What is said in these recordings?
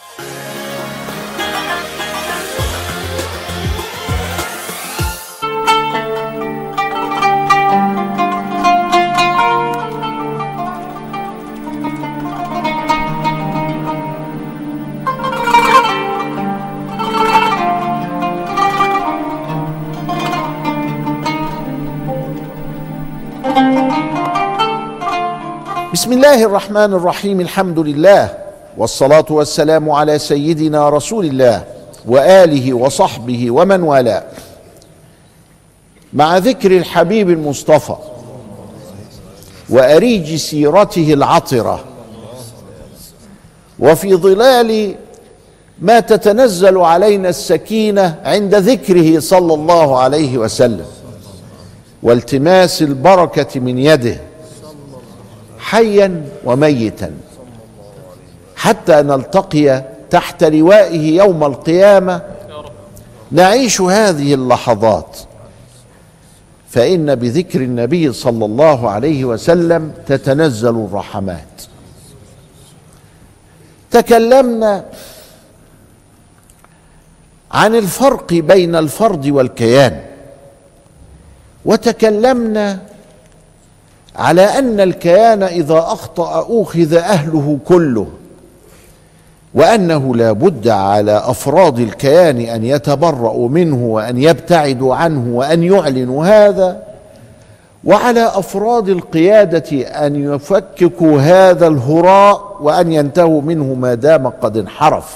بسم الله الرحمن الرحيم. الحمد لله والصلاة والسلام على سيدنا رسول الله وآله وصحبه ومن والاه. مع ذكر الحبيب المصطفى وأريج سيرته العطرة، وفي ظلال ما تتنزل علينا السكينة عند ذكره صلى الله عليه وسلم والتماس البركة من يده حيا وميتا، حتى نلتقي تحت لوائه يوم القيامة نعيش هذه اللحظات. فإن بذكر النبي صلى الله عليه وسلم تتنزل الرحمات. تكلمنا عن الفرق بين الفرد والكيان، وتكلمنا على أن الكيان إذا أخطأ أوخذ أهله كله، وأنه لا بد على أفراد الكيان أن يتبرؤوا منه وأن يبتعدوا عنه وأن يعلنوا هذا، وعلى أفراد القيادة أن يفككوا هذا الهراء وأن ينتهوا منه ما دام قد انحرف.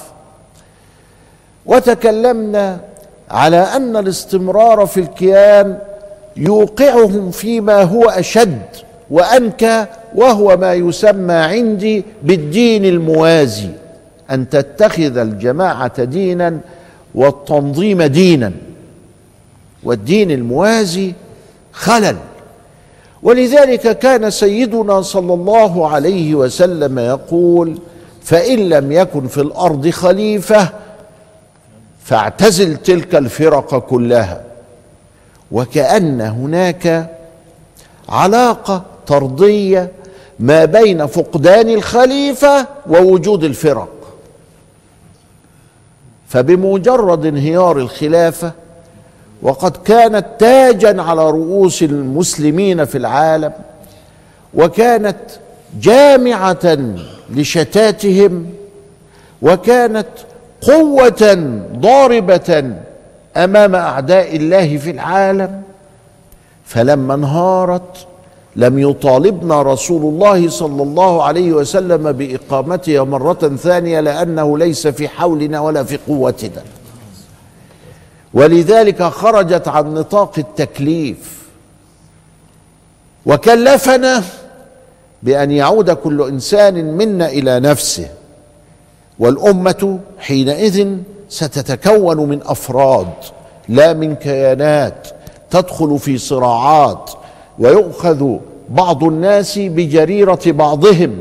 وتكلمنا على أن الاستمرار في الكيان يوقعهم فيما هو أشد وأنكى، وهو ما يسمى عندي بالدين الموازي، أن تتخذ الجماعة دينا والتنظيم دينا، والدين الموازي خلل. ولذلك كان سيدنا صلى الله عليه وسلم يقول: فإن لم يكن في الأرض خليفة فاعتزل تلك الفرق كلها. وكأن هناك علاقة طردية ما بين فقدان الخليفة ووجود الفرق. فبمجرد انهيار الخلافة، وقد كانت تاجا على رؤوس المسلمين في العالم، وكانت جامعة لشتاتهم، وكانت قوة ضاربة أمام أعداء الله في العالم، فلما انهارت لم يطالبنا رسول الله صلى الله عليه وسلم بإقامتها مرة ثانية، لأنه ليس في حولنا ولا في قوتنا. ولذلك خرجت عن نطاق التكليف، وكلفنا بأن يعود كل إنسان منا إلى نفسه. والأمة حينئذ ستتكون من أفراد لا من كيانات تدخل في صراعات، ويؤخذ بعض الناس بجريرة بعضهم،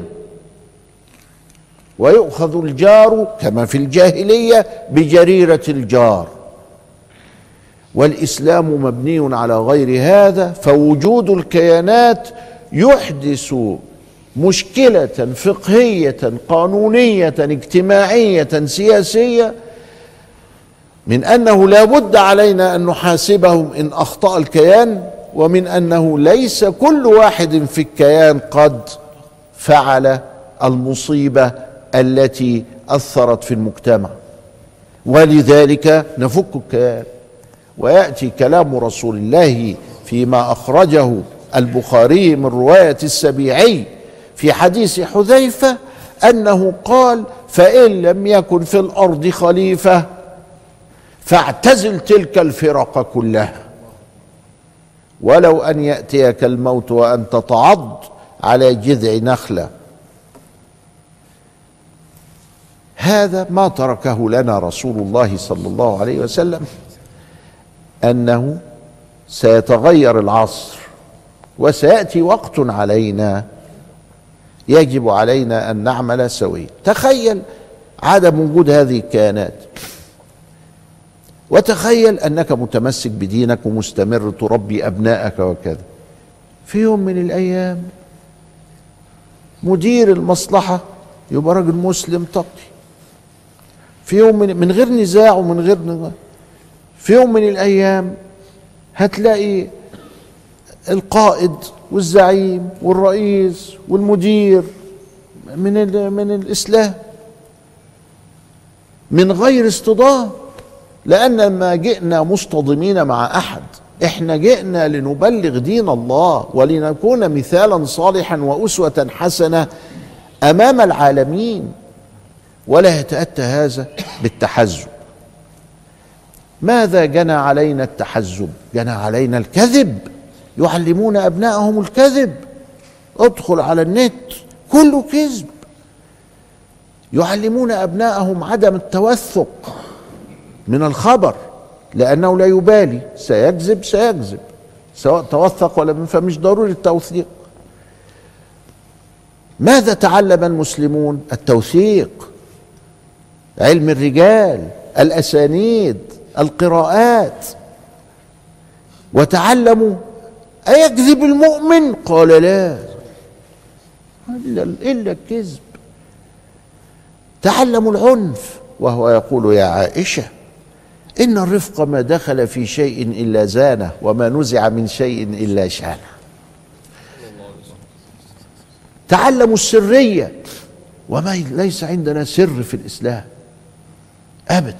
ويؤخذ الجار كما في الجاهلية بجريرة الجار. والإسلام مبني على غير هذا، فوجود الكيانات يحدث مشكلة فقهية قانونية اجتماعية سياسية، من أنه لا بد علينا أن نحاسبهم إن أخطأ الكيان، ومن أنه ليس كل واحد في الكيان قد فعل المصيبة التي أثرت في المجتمع. ولذلك نفك الكيان. ويأتي كلام رسول الله فيما أخرجه البخاري من رواية السبيعي في حديث حذيفة أنه قال: فإن لم يكن في الأرض خليفة فاعتزل تلك الفرق كلها، ولو أن يأتيك الموت وأنت تعض على جذع نخلة. هذا ما تركه لنا رسول الله صلى الله عليه وسلم، أنه سيتغير العصر وسيأتي وقت علينا يجب علينا أن نعمل سويا. تخيل عدم وجود هذه الكيانات، وتخيل أنك متمسك بدينك ومستمر تربي أبنائك وكذا. في يوم من الأيام مدير المصلحة يبقى راجل مسلم تقي، في يوم من غير نزاع ومن غير نزاع، في يوم من الأيام هتلاقي القائد والزعيم والرئيس والمدير من الإسلام من غير اصطدام، لأن لما جئنا مصطدمين مع أحد، احنا جئنا لنبلغ دين الله ولنكون مثالا صالحا وأسوة حسنة أمام العالمين، ولا يتأتى هذا بالتحزب. ماذا جنى علينا التحزب؟ جنى علينا الكذب، يعلمون أبنائهم الكذب، ادخل على النت كله كذب، يعلمون أبنائهم عدم التوثق من الخبر، لأنه لا يبالي، سيكذب سواء توثق ولا، فمش ضروري التوثيق. ماذا تعلم المسلمون؟ التوثيق، علم الرجال، الأسانيد، القراءات. وتعلموا أيكذب المؤمن؟ قال لا، إلا الكذب. تعلموا العنف، وهو يقول يا عائشة إن الرفق ما دخل في شيء إلا زانه، وما نزع من شيء إلا شانه. تعلموا السرية، وما ليس عندنا سر في الإسلام أبدا.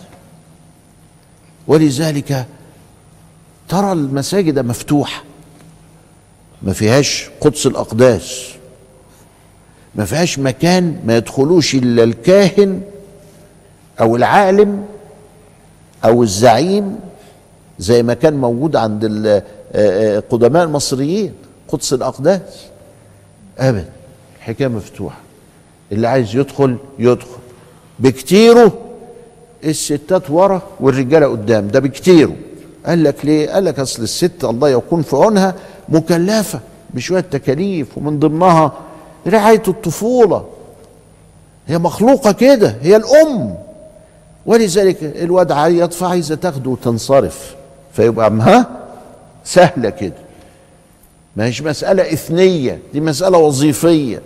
ولذلك ترى المساجد مفتوحة، ما فيهاش قدس الأقداس، ما فيهاش مكان ما يدخلوش إلا الكاهن أو العالم أو الزعيم، زي ما كان موجود عند القدماء المصريين قدس الأقداس. أبدا، الحكاية مفتوحة، اللي عايز يدخل يدخل. بكتيره الستات ورا والرجالة قدام، ده بكتيره. قال لك ليه؟ قال لك أصل الست الله يكون في عونها مكلفة بشوية تكاليف، ومن ضمنها رعاية الطفولة، هي مخلوقة كده، هي الأم. ولذلك الواد عيط فعايزة تاخده وتنصرف، فيبقى سهلة كده، ما هيش مسألة إثنية، دي مسألة وظيفية.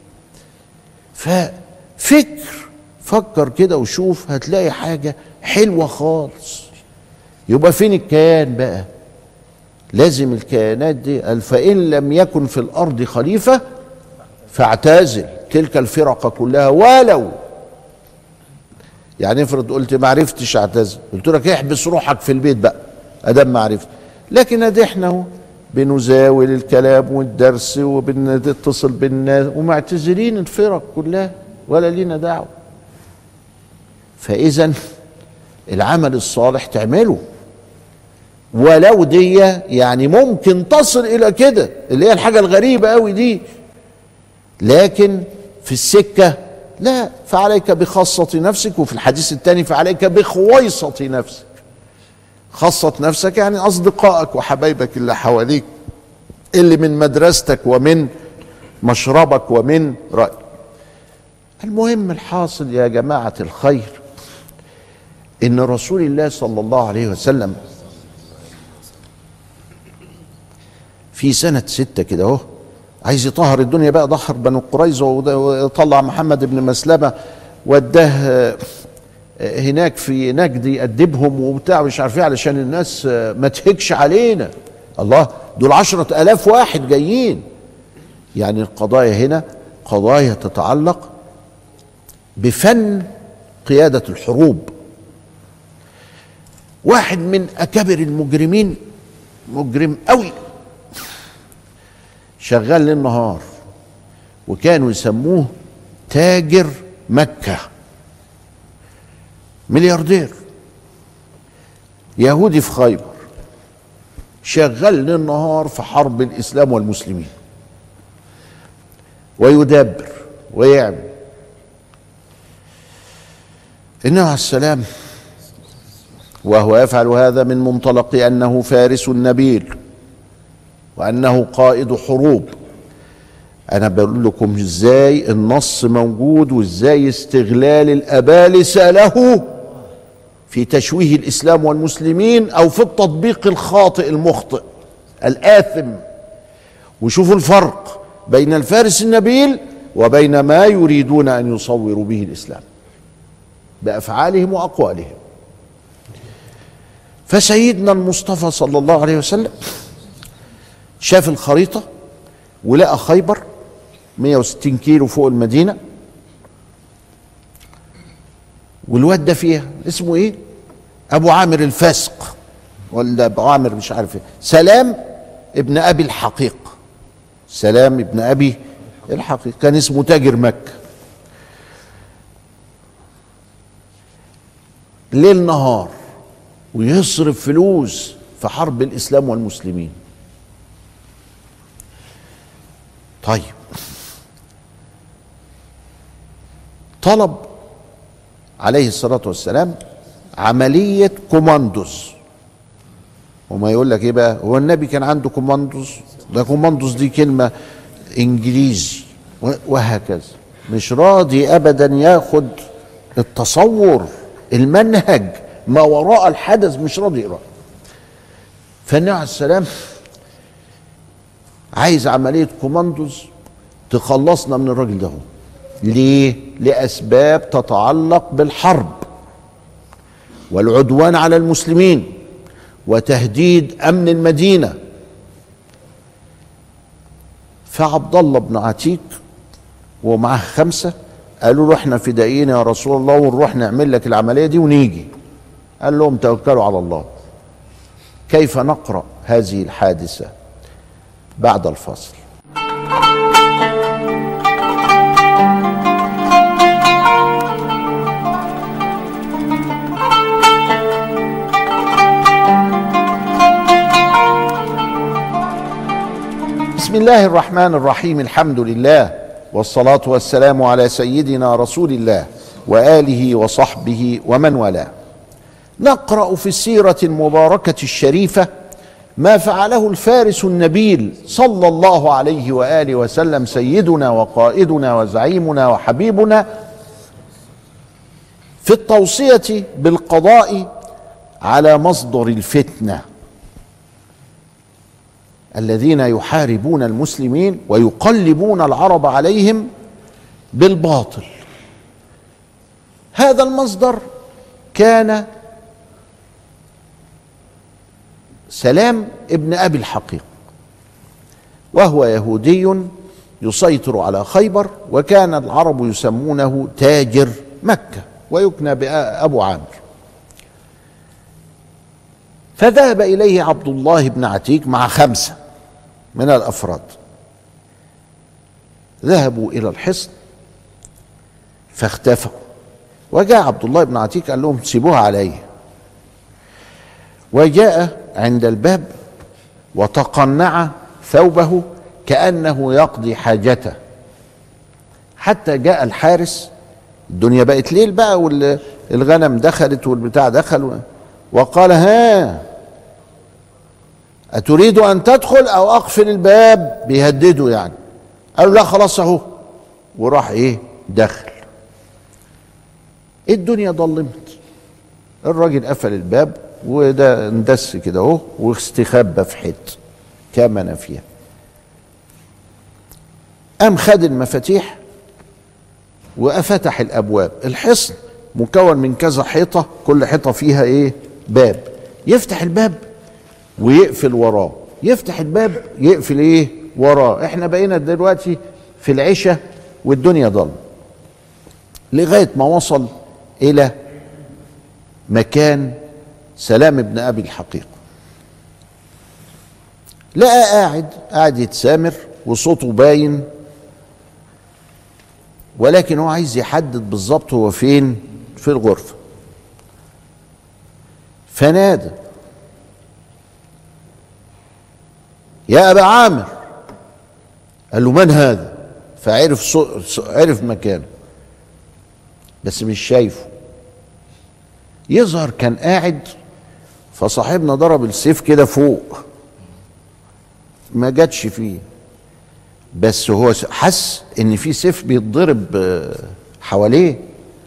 فكر كده وشوف، هتلاقي حاجة حلوة خالص. يبقى فين الكيان بقى؟ لازم الكيانات دي، فإن لم يكن في الأرض خليفة فاعتزل تلك الفرق كلها. ولو يعني افرض قلت ما عرفتش اعتزل، قلت لك احبس روحك في البيت بقى ادام ما عرفت. لكن ادي احنا اهو بنزاول الكلام والدرس وبنتصل بالناس ومعتزلين الفرق كلها ولا لينا دعوه. فاذا العمل الصالح تعمله، ولو دي يعني ممكن تصل الى كده، اللي هي الحاجه الغريبه قوي دي، لكن في السكه لا، فعليك بخاصة نفسك. وفي الحديث الثاني فعليك بخويصة نفسك. خاصة نفسك يعني أصدقائك وحبايبك اللي حواليك، اللي من مدرستك ومن مشربك ومن رأيك. المهم الحاصل يا جماعة الخير إن رسول الله صلى الله عليه وسلم في سنة 6 كده اهو عايز يطهر الدنيا بقى، ضحر بنو قريظة وطلع محمد بن مسلمة واداه هناك في نجد يأدبهم وبتاع مش عارف ايه، علشان الناس ما تهكش علينا. الله، دول 10,000 واحد جايين. يعني القضايا هنا قضايا تتعلق بفن قيادة الحروب. واحد من أكابر المجرمين، مجرم قوي، شغال ليل نهار، وكانوا يسموه تاجر مكة، ملياردير يهودي في خيبر، شغال ليل نهار في حرب الإسلام والمسلمين، ويدبر ويعمل. النبي عليه السلام وهو يفعل هذا من منطلق أنه فارس نبيل وأنه قائد حروب. أنا بقول لكم إزاي النص موجود، وإزاي استغلال الأبالسة له في تشويه الإسلام والمسلمين أو في التطبيق الخاطئ المخطئ الآثم. وشوفوا الفرق بين الفارس النبيل وبين ما يريدون أن يصوروا به الإسلام. بأفعالهم وأقوالهم. فسيدنا المصطفى صلى الله عليه وسلم شاف الخريطة ولقى خيبر 160 كيلو فوق المدينة، والواد ده فيها اسمه ايه؟ ابو عامر الفاسق، ولا ابو عامر مش عارف ايه، سلام ابن ابي الحقيق. سلام ابن ابي الحقيق كان اسمه تاجر مكة. ليل نهار ويصرف فلوس في حرب الاسلام والمسلمين. طيب طلب عليه الصلاة والسلام عملية كوماندوز. وما يقول لك ايه بقى، هو النبي كان عنده كوماندوز؟ ده كوماندوز دي كلمة انجليزي، وهكذا. مش راضي ابدا ياخد التصور المنهج ما وراء الحدث، مش راضي يقرأ. فالنبي عليه السلام عايز عملية كوماندوز تخلصنا من الراجل ده. ليه؟ لأسباب تتعلق بالحرب والعدوان على المسلمين وتهديد أمن المدينة. فعبد الله بن عتيق ومعه 5 قالوا له احنا فدائيين يا رسول الله، ونروح نعمل لك العملية دي ونيجي. قال لهم توكلوا على الله. كيف نقرأ هذه الحادثة؟ بعد الفاصل. بسم الله الرحمن الرحيم. الحمد لله والصلاة والسلام على سيدنا رسول الله وآله وصحبه ومن والاه. نقرأ في السيرة المباركة الشريفة ما فعله الفارس النبيل صلى الله عليه وآله وسلم، سيدنا وقائدنا وزعيمنا وحبيبنا، في التوصية بالقضاء على مصدر الفتنة الذين يحاربون المسلمين ويقلبون العرب عليهم بالباطل. هذا المصدر كان سلام ابن أبي الحقيق، وهو يهودي يسيطر على خيبر، وكان العرب يسمونه تاجر مكة ويكنى بأبو عامر. فذهب إليه عبد الله بن عتيق مع 5 من الأفراد. ذهبوا إلى الحصن فاختفوا، وجاء عبد الله بن عتيق قال لهم سيبوها علي. وجاء عند الباب وتقنع ثوبه كأنه يقضي حاجته، حتى جاء الحارس. الدنيا بقت ليل بقى، والغنم دخلت والبتاع دخل، وقال ها أتريد أن تدخل أو أقفل الباب؟ بيهددوا يعني. قالوا لا خلاص أهو، وراح إيه دخل. الدنيا ضلمت، الراجل قفل الباب وده اندس كده اهو واستخبى في حته كمن فيها. قام خد المفاتيح وفتح الابواب. الحصن مكون من كذا حيطه، كل حيطه فيها ايه باب. يفتح الباب ويقفل وراه، يفتح الباب يقفل ايه وراه. احنا بقينا دلوقتي في العشاء والدنيا ضل، لغايه ما وصل الى مكان سلام ابن ابي الحقيق. لقى قاعد يتسامر وصوته باين، ولكن هو عايز يحدد بالظبط هو فين في الغرفه. فنادى يا ابا عامر. قال له من هذا؟ فعرف عرف مكانه بس مش شايفه. يظهر كان قاعد، فصاحبنا ضرب السيف كده فوق ما جاتش فيه، بس هو حس ان في سيف بيتضرب حواليه.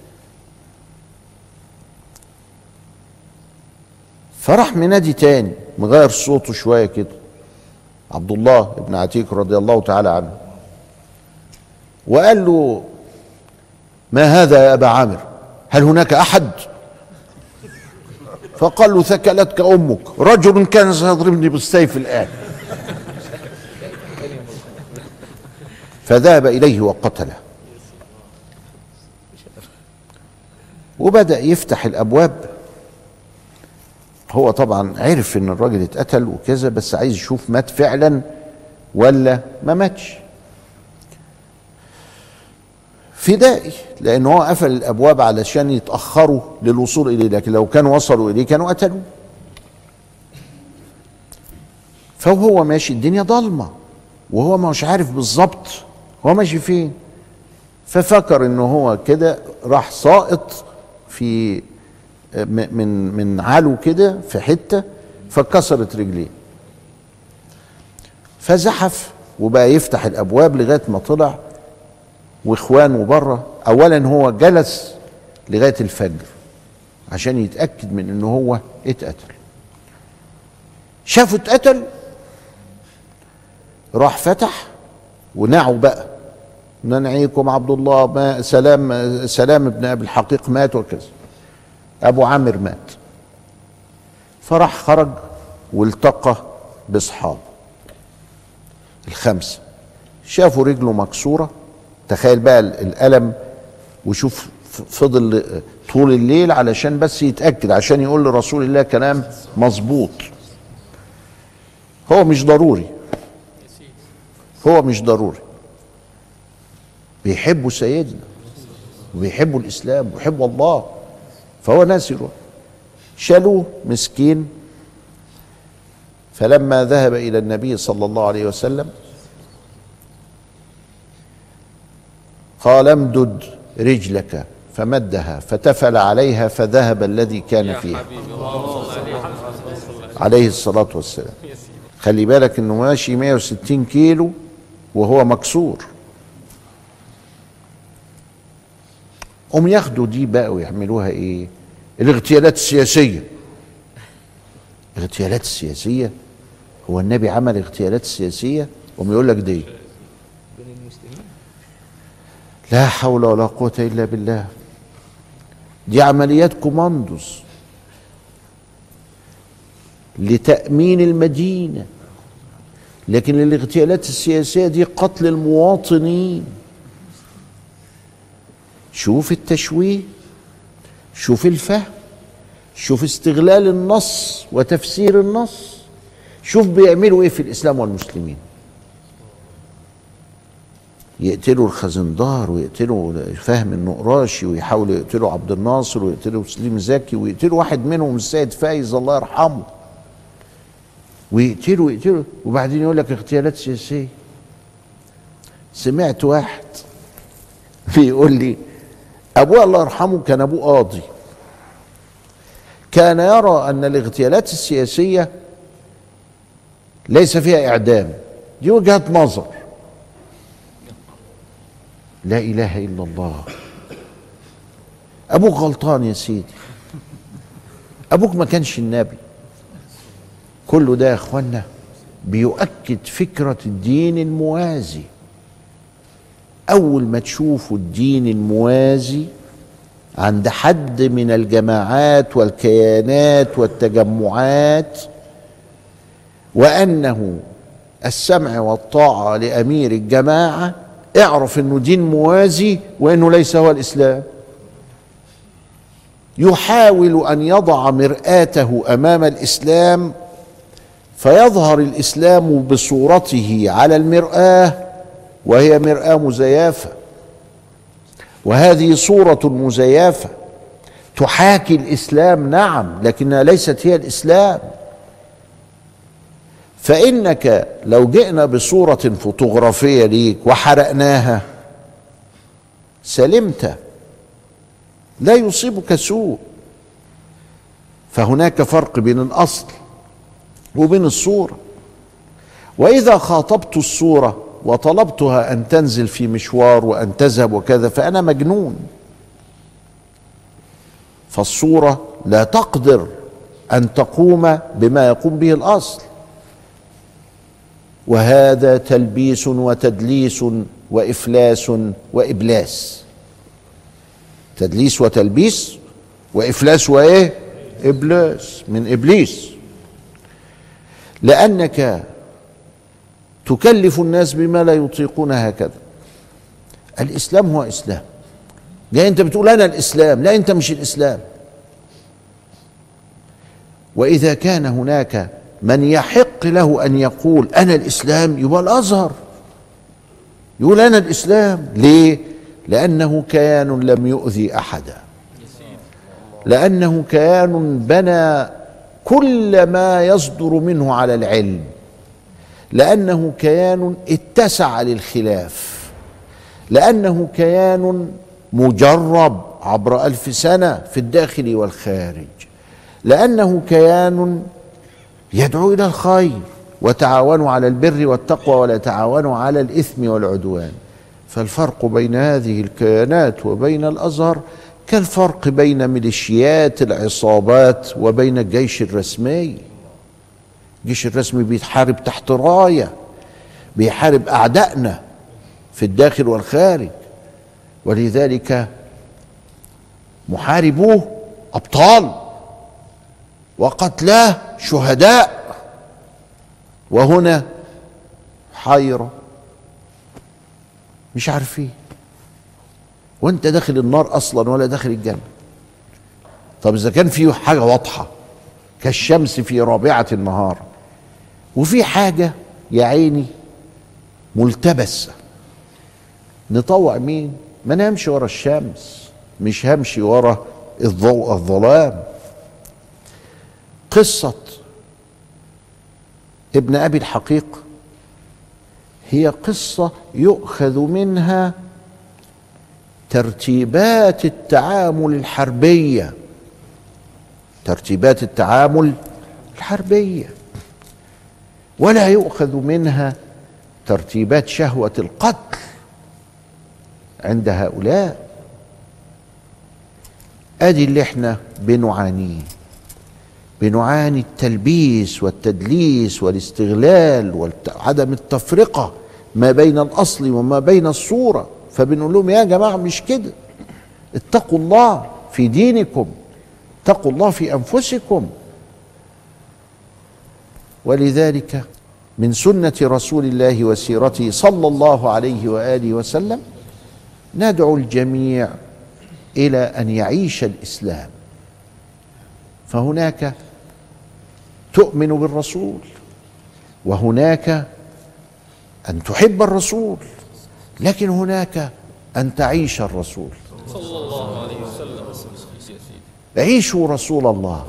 فراح منادي تاني مغير صوته شويه كده، عبد الله بن عتيق رضي الله تعالى عنه، وقال له ما هذا يا ابا عامر؟ هل هناك أحد؟ فقال له ثكلتك أمك، رجل كان سيضربني بالسيف الآن. فذهب إليه وقتله، وبدأ يفتح الأبواب. هو طبعا عرف ان الراجل اتقتل وكذا، بس عايز يشوف مات فعلا ولا ما ماتش. فدائي، لان هو قفل الابواب علشان يتاخروا للوصول اليه، لكن لو كانوا وصلوا اليه كانوا قتلوه. فهو ماشي الدنيا ضلمه، وهو مش عارف بالظبط هو ماشي فين، ففكر انه هو كده راح ساقط في من علو كده في حته، فكسرت رجليه، فزحف وبقى يفتح الابواب لغايه ما طلع، واخوانه بره. اولا هو جلس لغايه الفجر عشان يتاكد من انه هو اتقتل. شافه اتقتل، راح فتح ونعوا بقى، ننعيكم عبد الله، ما سلام ابن ابي الحقيق مات وكذا، ابو عامر مات. فراح خرج والتقى باصحابه الخمسه، شافوا رجله مكسوره. تخيل بقى الالم، وشوف فضل طول الليل علشان بس يتاكد، عشان يقول لرسول الله كلام مظبوط. هو مش ضروري، هو مش ضروري، بيحبوا سيدنا وبيحبوا الاسلام وبيحبوا الله، فهو ناس يروح. شالوه مسكين. فلما ذهب الى النبي صلى الله عليه وسلم قال امدد رجلك، فمدها فتفل عليها فذهب الذي كان فيها عليه الصلاة والسلام. خلي بالك انه ماشي 160 كيلو وهو مكسور. ياخدوا دي بقى ويعملوها ايه؟ الاغتيالات السياسية. الاغتيالات السياسية، هو النبي عمل اغتيالات سياسية؟ يقول لك دي لا حول ولا قوة إلا بالله، دي عمليات كوماندوز لتأمين المدينة. لكن الاغتيالات السياسية دي قتل المواطنين. شوف التشويه، شوف الفهم، شوف استغلال النص وتفسير النص، شوف بيعملوا ايه في الإسلام والمسلمين. يقتلوا الخزندار، ويقتلوا فهم النقراشي، ويحاولوا يقتلوا عبد الناصر، ويقتلوا سليم زكي، ويقتلوا واحد منهم السيد فايز الله يرحمه، ويقتلوا وبعدين يقول لك اغتيالات سياسية. سمعت واحد بيقول لي ابوه الله يرحمه كان ابوه قاضي، كان يرى ان الاغتيالات السياسية ليس فيها اعدام، دي وجهة نظر. لا اله الا الله، ابوك غلطان يا سيدي، ابوك ما كانش النبي. كله ده يا اخوانا بيؤكد فكرة الدين الموازي. اول ما تشوفوا الدين الموازي عند حد من الجماعات والكيانات والتجمعات، وانه السمع والطاعة لامير الجماعة، اعرف انه دين موازي وانه ليس هو الاسلام. يحاول ان يضع مرآته امام الاسلام فيظهر الاسلام بصورته على المرآة، وهي مرآة مزيفة، وهذه صورة مزيفة تحاكي الاسلام نعم، لكنها ليست هي الاسلام. فإنك لو جئنا بصورة فوتوغرافية ليك وحرقناها سلمت، لا يصيبك سوء. فهناك فرق بين الأصل وبين الصورة. وإذا خاطبت الصورة وطلبتها أن تنزل في مشوار وأن تذهب وكذا فأنا مجنون. فالصورة لا تقدر أن تقوم بما يقوم به الأصل، وهذا تلبيس وتدليس وإفلاس وإبلاس. تدليس وتلبيس وإفلاس وإيه؟ إبلاس، من إبليس. لأنك تكلف الناس بما لا يطيقون هكذا. الإسلام هو إسلام. جاي أنت بتقول أنا الإسلام، لا أنت مش الإسلام. وإذا كان هناك من يحق له أن يقول أنا الإسلام، يبقى الأزهر يقول أنا الإسلام. ليه؟ لأنه كيان لم يؤذي أحدا، لأنه كيان بنى كل ما يصدر منه على العلم، لأنه كيان اتسع للخلاف، لأنه كيان مجرب عبر 1000 سنة في الداخل والخارج، لأنه كيان يدعو إلى الخير، وتعاونوا على البر والتقوى ولا تعاونوا على الإثم والعدوان. فالفرق بين هذه الكيانات وبين الأزهر كالفرق بين ميليشيات العصابات وبين الجيش الرسمي. الجيش الرسمي بيتحارب تحت راية، بيحارب أعدائنا في الداخل والخارج، ولذلك محاربوه أبطال وقتلاه شهداء. وهنا حيرة، مش عارفين، وانت داخل النار اصلا ولا داخل الجنة. طب اذا كان في حاجة واضحة كالشمس في رابعة النهار، وفي حاجة يا عيني ملتبسة، نطوع مين؟ ما نمشي ورا الشمس، مش همشي ورا الضوء الظلام. قصة ابن أبي الحقيق هي قصة يؤخذ منها ترتيبات التعامل الحربية، ترتيبات التعامل الحربية، ولا يؤخذ منها ترتيبات شهوة القتل عند هؤلاء. ادي اللي احنا بنعانيه، بنعاني التلبيس والتدليس والاستغلال وعدم التفرقة ما بين الأصل وما بين الصورة. فبنقول لهم يا جماعة مش كده، اتقوا الله في دينكم، اتقوا الله في أنفسكم. ولذلك من سنة رسول الله وسيرته صلى الله عليه وآله وسلم ندعو الجميع إلى أن يعيش الإسلام. فهناك تؤمن بالرسول، وهناك أن تحب الرسول، لكن هناك أن تعيش الرسول صلى الله عليه وسلم. عيشوا رسول الله،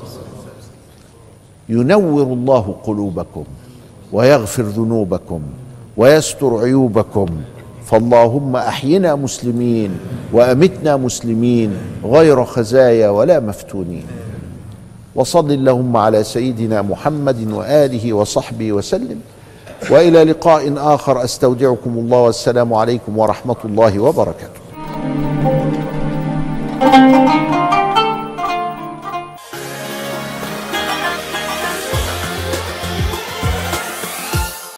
ينور الله قلوبكم ويغفر ذنوبكم ويستر عيوبكم. فاللهم أحينا مسلمين وأمتنا مسلمين غير خزايا ولا مفتونين. وصل اللهم على سيدنا محمد وآله وصحبه وسلم، وإلى لقاء آخر أستودعكم الله، والسلام عليكم ورحمة الله وبركاته.